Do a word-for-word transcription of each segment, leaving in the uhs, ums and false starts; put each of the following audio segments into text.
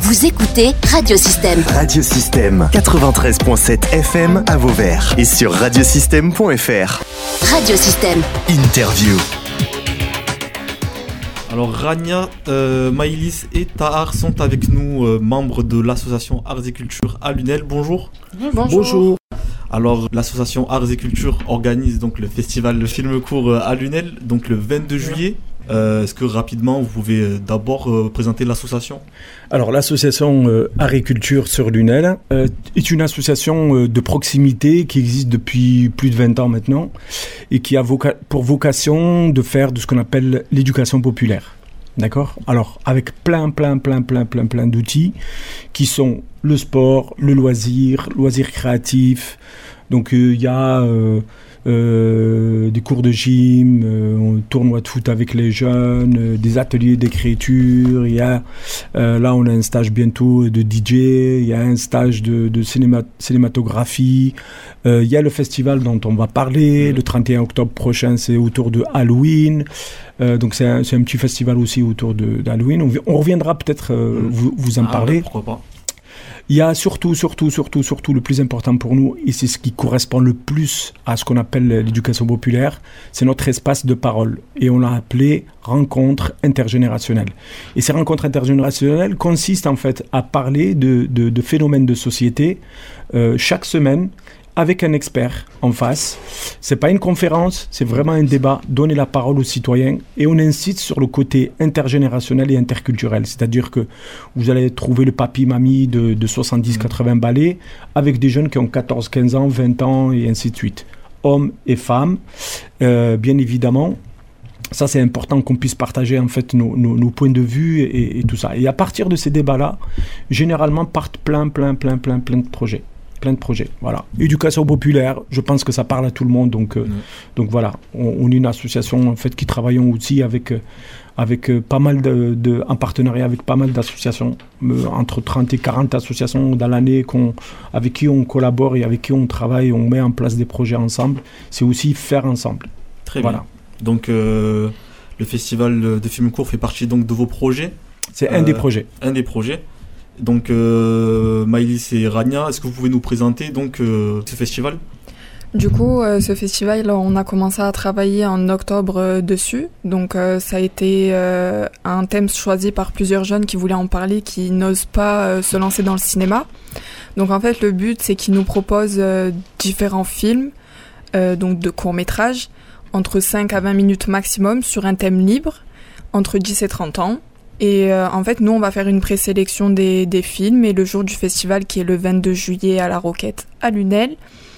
Vous écoutez Radiosystème. Radiosystème quatre-vingt-treize virgule sept F M à Vauvert et sur radiosystème point f r. Radiosystème. Interview. Alors Rania, euh, Maïlis et Tahar sont avec nous, euh, membres de l'association Arts et Culture à Lunel. Bonjour. Bonjour. Bonjour. Alors l'association Arts et Culture organise donc le festival de film court à Lunel, donc le vingt-deux juillet. Euh, est-ce que rapidement vous pouvez euh, d'abord euh, présenter l'association ? Alors l'association euh, Arts et Culture sur Lunel euh, est une association euh, de proximité qui existe depuis plus de vingt ans maintenant et qui a voca- pour vocation de faire de ce qu'on appelle l'éducation populaire. D'accord ? Alors avec plein plein plein plein plein plein d'outils qui sont le sport, le loisir, loisir créatif. Donc il euh, y a euh, Euh, des cours de gym, euh, tournoi de foot avec les jeunes, euh, des ateliers d'écriture. Il y a euh, là on a un stage bientôt de D J, il y a un stage de, de cinéma, cinématographie. Euh, il y a le festival dont on va parler le trente et un octobre prochain, c'est autour de Halloween. Euh, donc c'est un, c'est un petit festival aussi autour de, d'Halloween. On, on reviendra peut-être euh, mmh. vous, vous en ah, parler. Ouais, pourquoi pas. Il y a surtout, surtout, surtout, surtout le plus important pour nous, et c'est ce qui correspond le plus à ce qu'on appelle l'éducation populaire, c'est notre espace de parole. Et on l'a appelé rencontre intergénérationnelle. Et ces rencontres intergénérationnelles consistent en fait à parler de, de, de phénomènes de société euh, chaque semaine, avec un expert en face. C'est pas une conférence, c'est vraiment un débat, donner la parole aux citoyens, et on insiste sur le côté intergénérationnel et interculturel, c'est-à-dire que vous allez trouver le papy-mamie de, de soixante-dix quatre-vingts balais avec des jeunes qui ont quatorze quinze ans, vingt ans et ainsi de suite, hommes et femmes, euh, bien évidemment. Ça, c'est important qu'on puisse partager en fait nos, nos, nos points de vue et, et tout ça. Et à partir de ces débats-là, généralement partent plein, plein, plein, plein, plein de projets. Plein de projets, voilà. Éducation populaire, je pense que ça parle à tout le monde, donc, euh, mmh. donc voilà. On, on est une association en fait qui travaillons aussi avec, euh, avec euh, pas mal de, de, en partenariat avec pas mal d'associations, euh, entre trente et quarante associations dans l'année qu'on, avec qui on collabore et avec qui on travaille, on met en place des projets ensemble. C'est aussi faire ensemble. Très voilà. bien. Donc euh, le festival de films courts fait partie donc de vos projets. C'est euh, un des projets. Un des projets. Donc euh, Maïlis et Rania, est-ce que vous pouvez nous présenter donc euh, ce festival ? Du coup, euh, ce festival, on a commencé à travailler en octobre euh, dessus. Donc euh, ça a été euh, un thème choisi par plusieurs jeunes qui voulaient en parler, qui n'osent pas euh, se lancer dans le cinéma. Donc en fait, le but, c'est qu'ils nous proposent euh, différents films, euh, donc de courts-métrages, entre cinq à vingt minutes maximum, sur un thème libre, entre dix et trente ans. Et euh, en fait, nous, on va faire une présélection des, des films, et le jour du festival, qui est le vingt-deux juillet à la Roquette, à Lunel,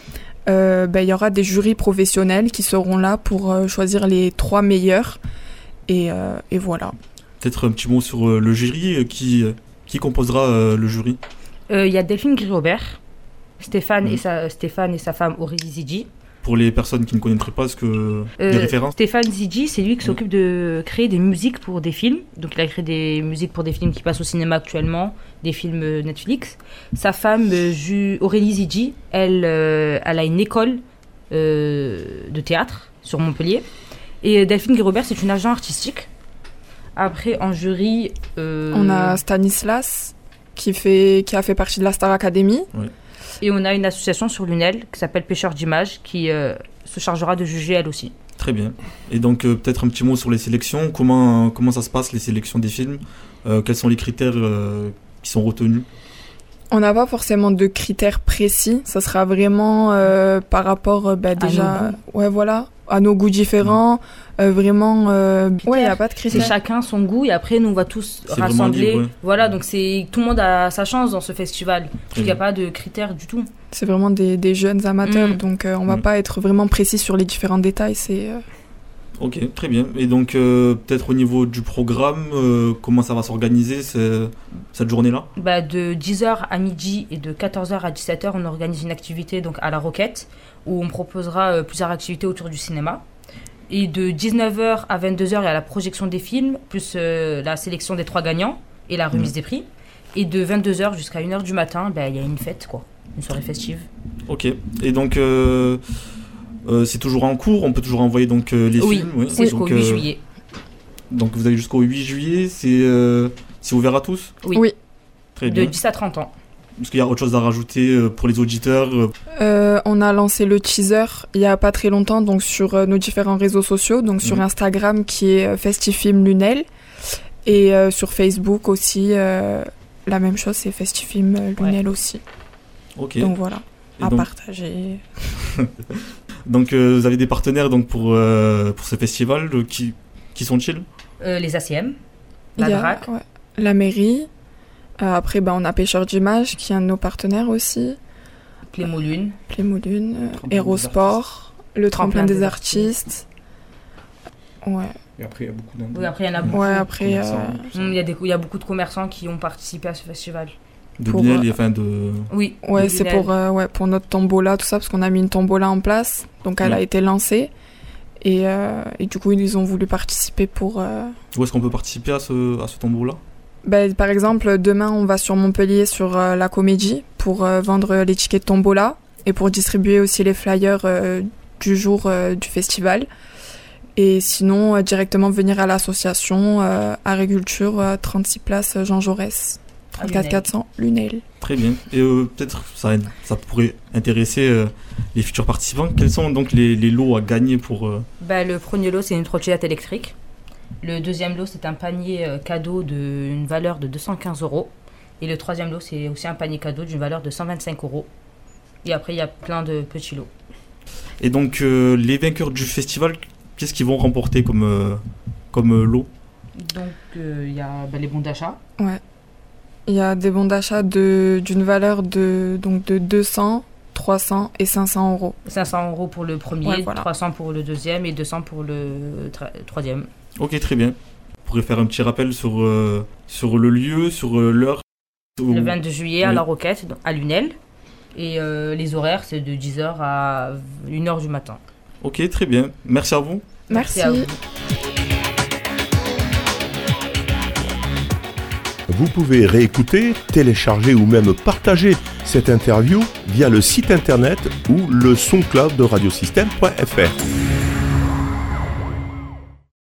euh, ben, y aura des jurys professionnels qui seront là pour euh, choisir les trois meilleurs. Et, euh, et voilà. Peut-être un petit mot sur euh, le jury. Qui, qui composera euh, le jury ? Il euh, y a Delphine Gris-Robert, Stéphane, mmh. et sa, Stéphane et sa femme Aurélie Zidji. Pour les personnes qui ne connaîtraient pas, ce que euh, des références. Stéphane Zidji, c'est lui qui oui. s'occupe de créer des musiques pour des films. Donc il a créé des musiques pour des films qui passent au cinéma actuellement, des films Netflix. Sa femme, Ju- Aurélie Zidji, elle, euh, elle a une école euh, de théâtre sur Montpellier. Et Delphine Gris-Robert, c'est une agent artistique. Après, en jury... Euh... On a Stanislas, qui, fait, qui a fait partie de la Star Academy. Oui. Et on a une association sur Lunel qui s'appelle Pêcheurs d'images qui euh, se chargera de juger elle aussi. Très bien. Et donc euh, peut-être un petit mot sur les sélections. Comment, euh, comment ça se passe les sélections des films ? euh, Quels sont les critères euh, qui sont retenus ? On n'a pas forcément de critères précis. Ça sera vraiment euh, par rapport euh, bah, déjà, ouais voilà, à nos goûts différents. Mmh. Euh, vraiment, euh, ouais, il n'y a pas de critères. C'est chacun son goût et après nous on va tous c'est rassembler. Libre, ouais. Voilà, donc c'est tout le monde a sa chance dans ce festival. Il n'y a pas de critères du tout. C'est vraiment des, des jeunes amateurs, mmh. donc euh, on ne va mmh. pas être vraiment précis sur les différents détails. C'est. Euh... Ok, très bien. Et donc euh, peut-être au niveau du programme, euh, comment ça va s'organiser c'est, cette journée-là ? Bah, de dix heures à midi et de quatorze heures à dix-sept heures, on organise une activité donc à la Roquette où on proposera euh, plusieurs activités autour du cinéma. Et de dix-neuf heures à vingt-deux heures, il y a la projection des films, plus euh, la sélection des trois gagnants et la remise mmh. des prix. Et de vingt-deux heures jusqu'à une heure du matin, bah, il y a une fête, quoi, une soirée festive. Ok. Et donc, euh, euh, c'est toujours en cours, on peut toujours envoyer donc, euh, les oui, films. Oui, c'est jusqu'au huit euh, juillet. Donc vous avez jusqu'au huit juillet, c'est, euh, c'est ouvert à tous ? Oui. oui. Très de bien. dix à trente ans. Est-ce qu'il y a autre chose à rajouter euh, pour les auditeurs euh, Euh, on a lancé le teaser il y a pas très longtemps, donc sur euh, nos différents réseaux sociaux, donc sur Mhm. Instagram qui est euh, Festifilm Lunel, et euh, sur Facebook aussi, euh, la même chose, c'est Festifilm euh, Lunel aussi. Ok. Donc voilà, Et à donc, partager. donc euh, vous avez des partenaires donc pour euh, pour ce festival. euh, qui qui sont-ils? Euh, les A C M, Il la y a, DRAC, ouais, la mairie. Euh, après, ben, on a Pêcheurs d'Images qui est un de nos partenaires aussi. Plémolune. Plémolune, euh, Tremplin des Hérosport, le Tremplin Tremplin des des artistes. Ouais, Et après, il y a beaucoup d'indés. Oui, après, il y en a beaucoup. ouais après, commerçants, euh, tout ça. Hum, Il y, a des- il y a beaucoup de commerçants qui ont participé à ce festival. De Pour, Lunel, euh, et enfin de. Oui. ouais, de c'est Lunel. pour, euh, ouais, pour notre tombola, tout ça, parce qu'on a mis une tombola en place. Donc, elle Ouais. a été lancée. Et, euh, et du coup, ils ont voulu participer pour... euh, Où est-ce qu'on peut participer à ce à ce tombeau-là? ben, par exemple, demain, on va sur Montpellier, sur euh, la Comédie, pour euh, vendre les tickets de tombola et pour distribuer aussi les flyers euh, du jour euh, du festival. Et sinon, euh, directement venir à l'association euh, Agriculture, euh, trente-six place Jean Jaurès, trente-quatre Lunel. quatre cents, Lunel. Très bien. Et euh, peut-être ça ça pourrait intéresser euh, les futurs participants. Quels sont donc les, les lots à gagner pour euh, Bah, le premier lot, c'est une trottinette électrique. Le deuxième lot, c'est un panier euh, cadeau d'une valeur de deux cent quinze euros. Et le troisième lot, c'est aussi un panier cadeau d'une valeur de cent vingt-cinq euros. Et après, il y a plein de petits lots. Et donc euh, les vainqueurs du festival, qu'est-ce qu'ils vont remporter comme euh, comme euh, lot? Donc, euh, il y a bah, les bons d'achat. Ouais. Il y a des bons d'achat de, d'une valeur de, donc de deux cents, trois cents et cinq cents euros. cinq cents euros pour le premier, Ouais, voilà. trois cents pour le deuxième et deux cents pour le tra- troisième. Ok, très bien. Vous pourrez faire un petit rappel sur euh, sur le lieu, sur euh, l'heure. Le vingt-deux juillet à Oui. La Roquette, à Lunel. Et euh, les horaires, c'est de dix heures à une heure du matin. Ok, très bien. Merci à vous. Merci. à vous. Vous pouvez réécouter, télécharger ou même partager cette interview via le site internet ou le SoundCloud de radiosystème point f r.